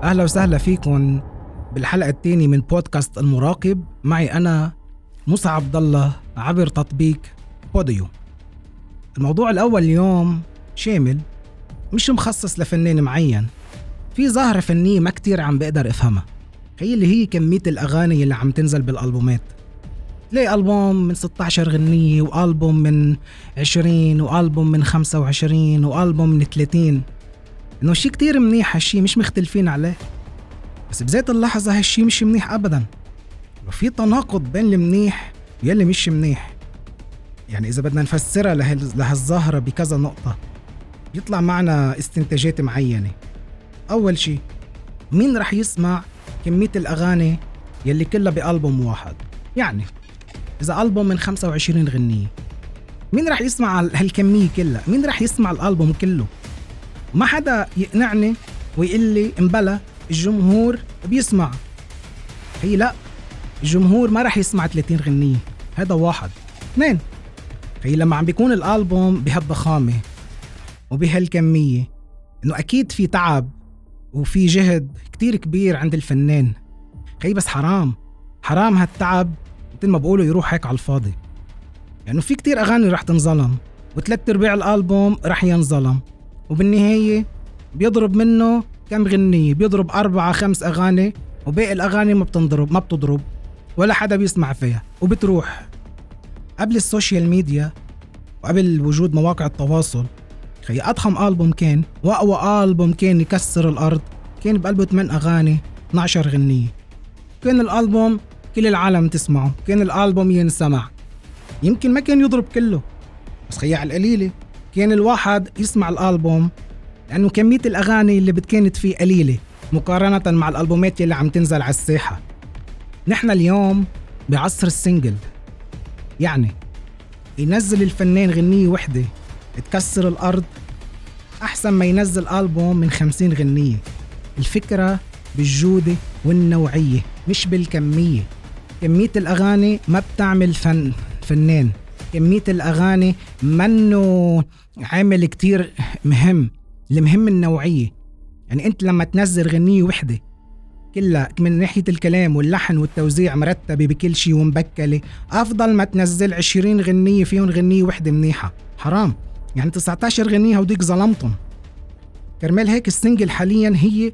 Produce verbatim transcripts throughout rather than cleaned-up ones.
أهلا وسهلا فيكم بالحلقة الثانية من بودكاست المراقب. معي أنا موسى عبد الله عبر تطبيق بوديو. الموضوع الأول اليوم شامل، مش مخصص لفنان معين، في ظاهرة فنية ما كتير عم بقدر أفهمها، هي اللي هي كمية الأغاني اللي عم تنزل بالألبومات. تلاقي ألبوم من ستة عشر غنية، وألبوم من عشرين، وألبوم من خمسة وعشرين، وألبوم من ثلاثين. إنه شي كتير منيح، هالشي مش مختلفين عليه، بس بذات اللحظة هالشي مش منيح أبداً. وفي تناقض بين المنيح يلي مش منيح. يعني إذا بدنا نفسرها لهالظاهرة بكذا نقطة، يطلع معنا استنتاجات معينة. أول شي، مين رح يسمع كمية الأغاني يلي كلها بألبوم واحد؟ يعني إذا ألبوم من خمسة وعشرين غنية، مين رح يسمع هالكمية كلها؟ مين رح يسمع الألبوم كله؟ ما حدا يقنعني ويقول لي امبلا الجمهور بيسمع. هي لا، الجمهور ما رح يسمع ثلاثين غنية، هذا واحد. اثنين، هي لما عم بيكون الألبوم بهالضخامة وبهالكمية، إنه أكيد في تعب وفي جهد كتير كبير عند الفنان. هي بس حرام حرام هالتعب مثل ما بقولوا يروح هيك على الفاضي. يعني في كتير أغاني رح تنظلم، وثلاث ارباع الألبوم رح ينظلم، وبالنهاية بيضرب منه كم غنية، بيضرب أربعة خمس أغاني، وباقي الأغاني ما بتنضرب ما بتضرب ولا حدا بيسمع فيها وبتروح. قبل السوشيال ميديا وقبل وجود مواقع التواصل، خي أضخم ألبوم كان وأقوى ألبوم كان يكسر الأرض كان بقلبه ثمان أغاني اثني عشر غنية. كان الألبوم كل العالم تسمعه، كان الألبوم ينسمع، يمكن ما كان يضرب كله، بس خي على القليلة كان الواحد يسمع الألبوم، لأنه كمية الأغاني اللي بتكانت فيه قليلة مقارنة مع الألبومات اللي عم تنزل على الساحة. نحن اليوم بعصر السنجل، يعني ينزل الفنان غنية وحدة تكسر الأرض أحسن ما ينزل ألبوم من خمسين غنية. الفكرة بالجودة والنوعية مش بالكمية. كمية الأغاني ما بتعمل فن فنان، كمية الأغاني منه عامل كتير مهم. المهم النوعية. يعني أنت لما تنزل غنية وحدة كلها من ناحية الكلام واللحن والتوزيع مرتبة بكل شيء ومبكلة، أفضل ما تنزل عشرين غنية فيهم غنية وحدة منيحة. حرام، يعني تسعة عشر غنية هوديك ظلمتهم. كرمال هيك السنجل حاليا هي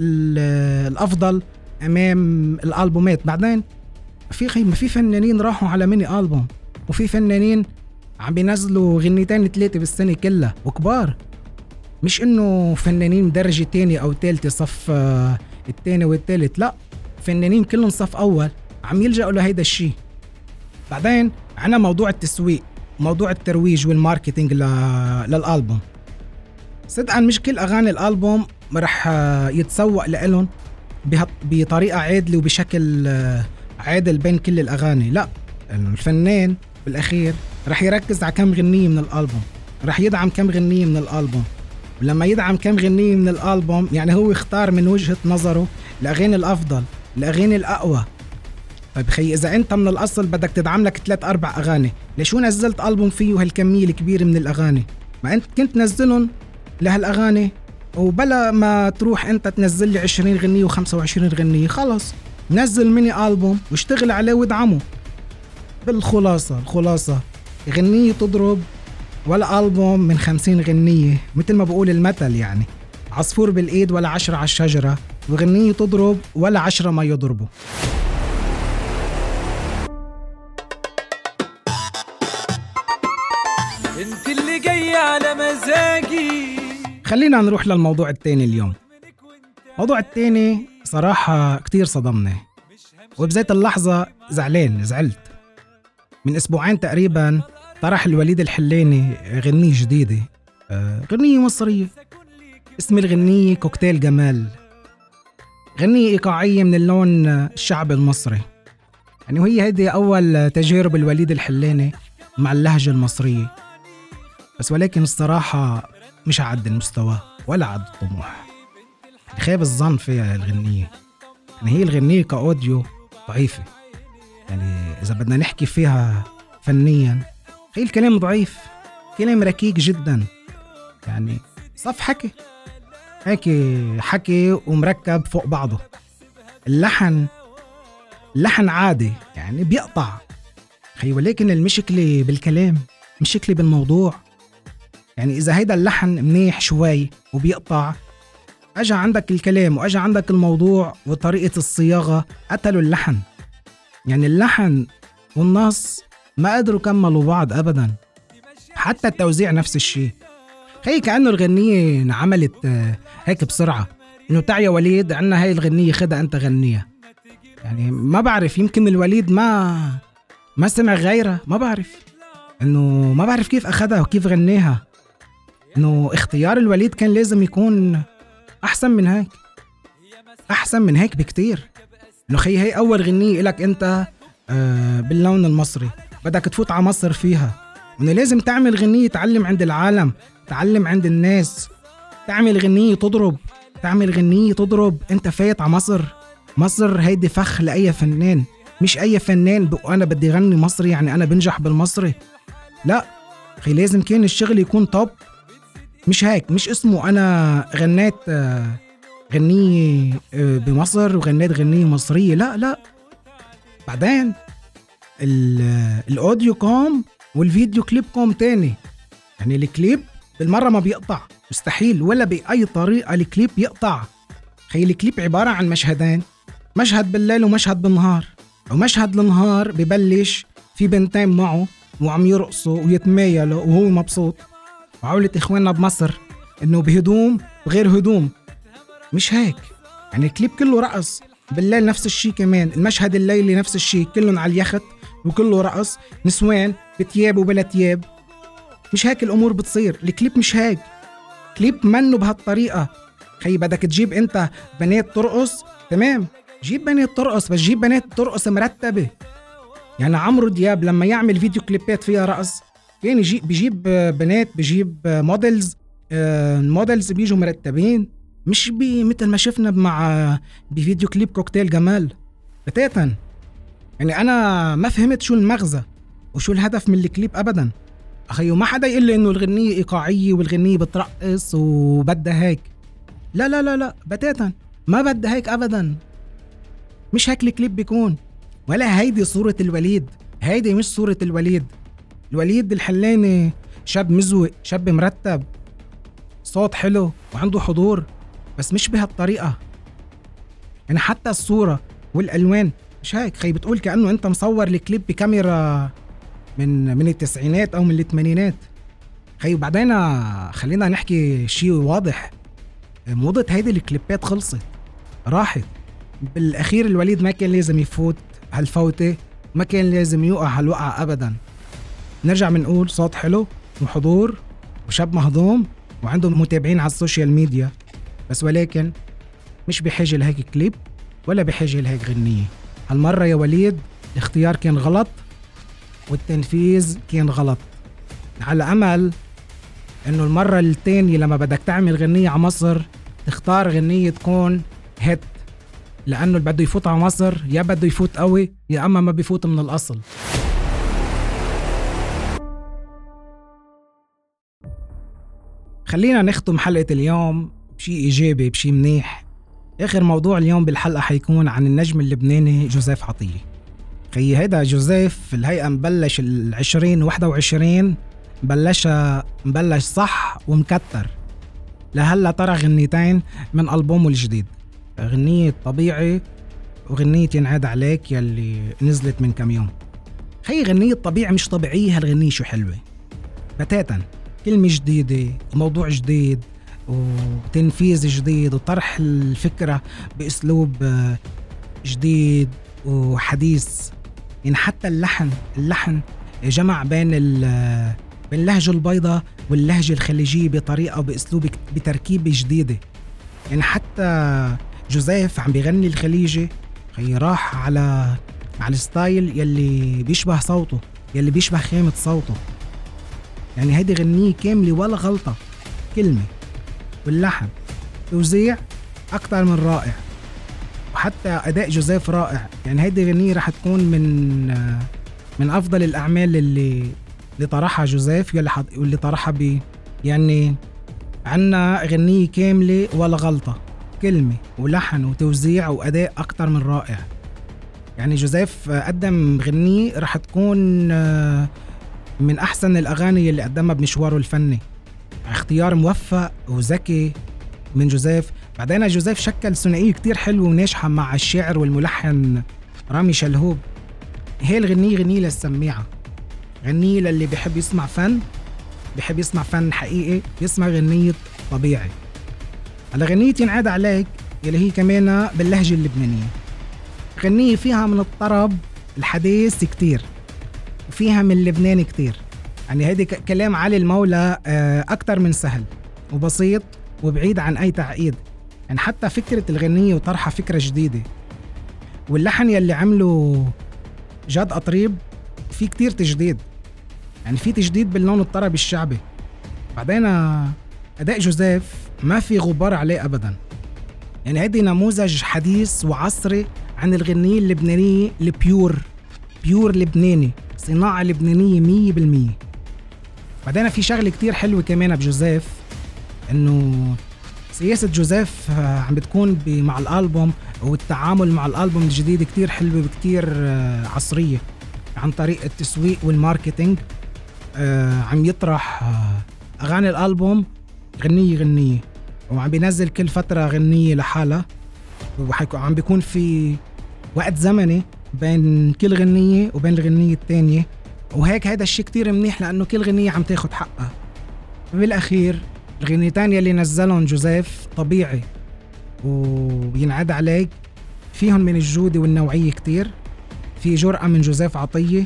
الأفضل أمام الألبومات. بعدين في ما في فنانين راحوا على ميني ألبوم، وفي فنانين عم بينزلوا غنيتين ثلاثة بالسنة كلها وكبار، مش إنه فنانين درجة تاني أو تالتة صف التاني والتالت، لا، فنانين كلهم صف أول عم يلجأوا لهيدا الشيء. بعدين عنا موضوع التسويق، موضوع الترويج والماركتينج للألبوم. صدقا مش كل أغاني الألبوم رح يتسوق لهم بطريقة عادلة وبشكل عادل بين كل الأغاني، لا، الفنان بالأخير رح يركز على كم غنية من الألبوم، رح يدعم كم غنية من الألبوم، ولما يدعم كم غنية من الألبوم يعني هو يختار من وجهة نظره الأغاني الأفضل، الأغاني الأقوى. طيب خي، إذا أنت من الأصل بدك تدعم لك ثلاث أربع أغاني، ليش هو نزلت ألبوم فيه هالكمية الكبيرة من الأغاني؟ ما أنت كنت نزلهم لهالأغاني، وبلا ما تروح أنت تنزل لي عشرين غنية وخمسة وعشرين غنية. خلص نزل ميني ألبوم واشتغل عليه وادعمه. بالخلاصة الخلاصة غنية تضرب ولا ألبوم من خمسين غنية، مثل ما بقول المثل، يعني عصفور بالإيد ولا عشرة على الشجرة، وغنية تضرب ولا عشرة ما يضربوا. انت اللي جاي على مزاجي. خلينا نروح للموضوع التاني اليوم. الموضوع التاني صراحة كتير صدمني، وبذات اللحظة زعلان زعلت. من أسبوعين تقريبا طرح الوليد الحلاني غنية جديدة، غنية مصرية، اسم الغنية كوكتيل جمال. غنية إيقاعية من اللون الشعب المصري، يعني وهي هذه أول تجارب الوليد الحلاني مع اللهجة المصرية، بس ولكن الصراحة مش عد المستوى ولا عد الطموح. خاب الظن فيها الغنية، يعني هي الغنية كأوديو ضعيفة. يعني إذا بدنا نحكي فيها فنيا، هي الكلام ضعيف، كلام ركيك جدا، يعني صف حكي. هيك حكي ومركب فوق بعضه. اللحن اللحن عادي يعني بيقطع خي، ولكن المشكلة بالكلام، مشكلة بالموضوع. يعني إذا هيدا اللحن منيح شوي وبيقطع، أجا عندك الكلام وأجا عندك الموضوع وطريقة الصياغة قتلوا اللحن. يعني اللحن والنص ما قدروا كملوا بعض أبدا. حتى التوزيع نفس الشيء خي، كأنه الغنية انعملت هيك بسرعة، إنه تعال يا وليد عنا هاي الغنية خدها أنت غنيها. يعني ما بعرف، يمكن الوليد ما ما سمع غيرها، ما بعرف إنه ما بعرف كيف أخدها وكيف غنيها. إنه اختيار الوليد كان لازم يكون أحسن من هيك، أحسن من هيك بكتير. إنه خي هي أول غنية إلك أنت آه باللون المصري، بدك تفوت على مصر فيها، إنه لازم تعمل غنية تعلم عند العالم، تعلم عند الناس، تعمل غنية تضرب، تعمل غنية تضرب. أنت فايت على مصر، مصر هيدي فخ لأي فنان، مش أي فنان أنا بدي غني مصري يعني أنا بنجح بالمصري. لا خي، لازم كان الشغل يكون توب، مش هيك، مش اسمه أنا غنيت غنية بمصر وغنيت غنية مصرية. لا لا، بعدين الأوديو كوم والفيديو كليب كوم تاني. يعني الكليب بالمرة ما بيقطع، مستحيل ولا بأي طريقة الكليب يقطع. خي الكليب عبارة عن مشهدين، مشهد بالليل ومشهد بالنهار. ومشهد النهار ببلش في بنتين معه وعم يرقصوا ويتمايلوا وهو مبسوط، وعولة إخواننا بمصر إنه بهدوم وغير هدوم، مش هيك. يعني الكليب كله رقص. بالليل نفس الشي كمان، المشهد الليلي نفس الشي، كلهم على اليخت وكله رقص، نسوان بتياب وبلا تياب. مش هيك الأمور بتصير. الكليب مش هيك، كليب منه بهالطريقة. خي بدك تجيب أنت بنات ترقص، تمام، جيب بنات ترقص، بس جيب بنات ترقص مرتبة. يعني عمرو دياب لما يعمل فيديو كليبات فيها رقص كان يجيب بيجيب بنات، بيجيب موديلز، الموديلز بيجوا مرتبين، مش بي مثل ما شفنا مع بفيديو كليب كوكتيل جمال بتاتا. يعني أنا ما فهمت شو المغزى وشو الهدف من الكليب أبدا. أخي وما حدا يقول لي إنه الغنية إيقاعية والغنية بترقص وبدها هيك. لا لا لا لا بتاتا، ما بدها هيك أبدا. مش هيك الكليب بيكون، ولا هيدي صورة الوليد، هيدي مش صورة الوليد. الوليد الحلاني شاب مزوق، شاب مرتب، صوت حلو وعنده حضور، بس مش بهالطريقة. يعني حتى الصورة والألوان مش هيك. خي بتقول كأنه أنت مصور الكليب بكاميرا من من التسعينات أو من الثمانينات. خي وبعدين خلينا نحكي شيء واضح، موضة هيدي الكليبات خلصت، راحت. بالأخير الوليد ما كان لازم يفوت هالفوتة، ما كان لازم يوقع هالوقعة أبدا. نرجع منقول صوت حلو وحضور وشاب مهضوم وعنده متابعين على السوشيال ميديا، بس ولكن مش بحاجة لهيك كليب ولا بحاجة لهيك غنية. هالمرة يا وليد الاختيار كان غلط والتنفيذ كان غلط، على أمل إنه المرة التانية لما بدك تعمل غنية على مصر تختار غنية تكون هيت، لأنه اللي بده يفوت على مصر يا بده يفوت قوي يا أما ما بيفوت من الأصل. خلينا نختم حلقة اليوم بشي إيجابي، بشي منيح. آخر موضوع اليوم بالحلقة حيكون عن النجم اللبناني جوزيف عطية. خي هيدا جوزيف في الهيئة مبلش العشرين واحدة وعشرين، مبلش مبلش صح ومكتر. لهلا ترى غنيتين من ألبومه الجديد، غنية طبيعي وغنية ينعاد عليك يلي نزلت من كم يوم. خي غنية طبيعي مش طبيعية، هالغنية شو حلوة بتاتا، كلمة جديدة وموضوع جديد وتنفيذ جديد وطرح الفكرة بأسلوب جديد وحديث. يعني حتى اللحن اللحن جمع بين بين اللهجة البيضاء واللهجة الخليجية بطريقة وبأسلوب بتركيبة جديدة. يعني حتى جوزيف عم بيغني الخليجي، خي راح على على الستايل يلي بيشبه صوته، يلي بيشبه خامة صوته. يعني هيدي غنية كاملة ولا غلطة، كلمة واللحن توزيع أكتر من رائع، وحتى أداء جوزيف رائع. يعني هيدي غنية رح تكون من من أفضل الأعمال اللي اللي طرحها جوزيف، يلي واللي طرحها ب يعني عنا غنية كاملة ولا غلطة، كلمة ولحن وتوزيع وأداء أكتر من رائع. يعني جوزيف قدم غنية رح تكون من أحسن الأغاني اللي قدمها بمشواره الفني. اختيار موفق وذكي من جوزيف. بعدين جوزيف شكل ثنائية كتير حلوة وناجحة مع الشاعر والملحن رامي شلهوب. هي الغنية غنية للسماعة، غنية للي بيحب يسمع فن، بيحب يسمع فن حقيقي، يسمع غنية طبيعي. على غنية ينعاد عليك يلي هي كمان باللهجة اللبنانية، غنية فيها من الطرب الحديث كتير وفيها من لبنان كتير. يعني هيدي كلام علي المولى أكتر من سهل وبسيط وبعيد عن أي تعقيد. يعني حتى فكرة الغنية وطرحها فكرة جديدة، واللحن يلي عمله جاد أطريب في كتير تجديد. يعني في تجديد باللون الطربي الشعبي. بعدين أداء جوزيف ما في غبار عليه أبدا. يعني هيدي نموذج حديث وعصري عن الغنية اللبنانية البيور، بيور لبناني، صناعة لبنانية مية بالمية. بعدين في شغلة كتير حلوة كمان بجوزيف، إنه سياسة جوزيف عم بتكون مع الألبوم والتعامل مع الألبوم الجديد كتير حلوة وكتير عصرية عن طريق التسويق والماركتينج. عم يطرح أغاني الألبوم غنية غنية، وعم بينزل كل فترة غنية لحالها، وعم بيكون في وقت زمني بين كل غنية وبين الغنية التانية. وهيك هيدا الشيء كتير منيح لأنه كل غنية عم تاخد حقها. بالأخير الغنيتين يلي نزلهم جوزيف طبيعي وينعاد عليك فيهم من الجودة والنوعية كتير. في جرأة من جوزيف عطية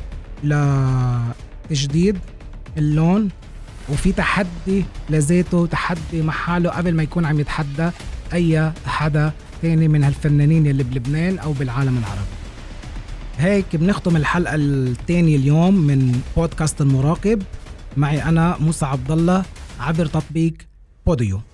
لتجديد اللون، وفي تحدي لذاته، تحدي محاله قبل ما يكون عم يتحدى أي حدا تاني من هالفنانين اللي بلبنان أو بالعالم العربي. هيك بنختم الحلقة الثانية اليوم من بودكاست المراقب. معي أنا موسى عبد الله عبر تطبيق بوديو.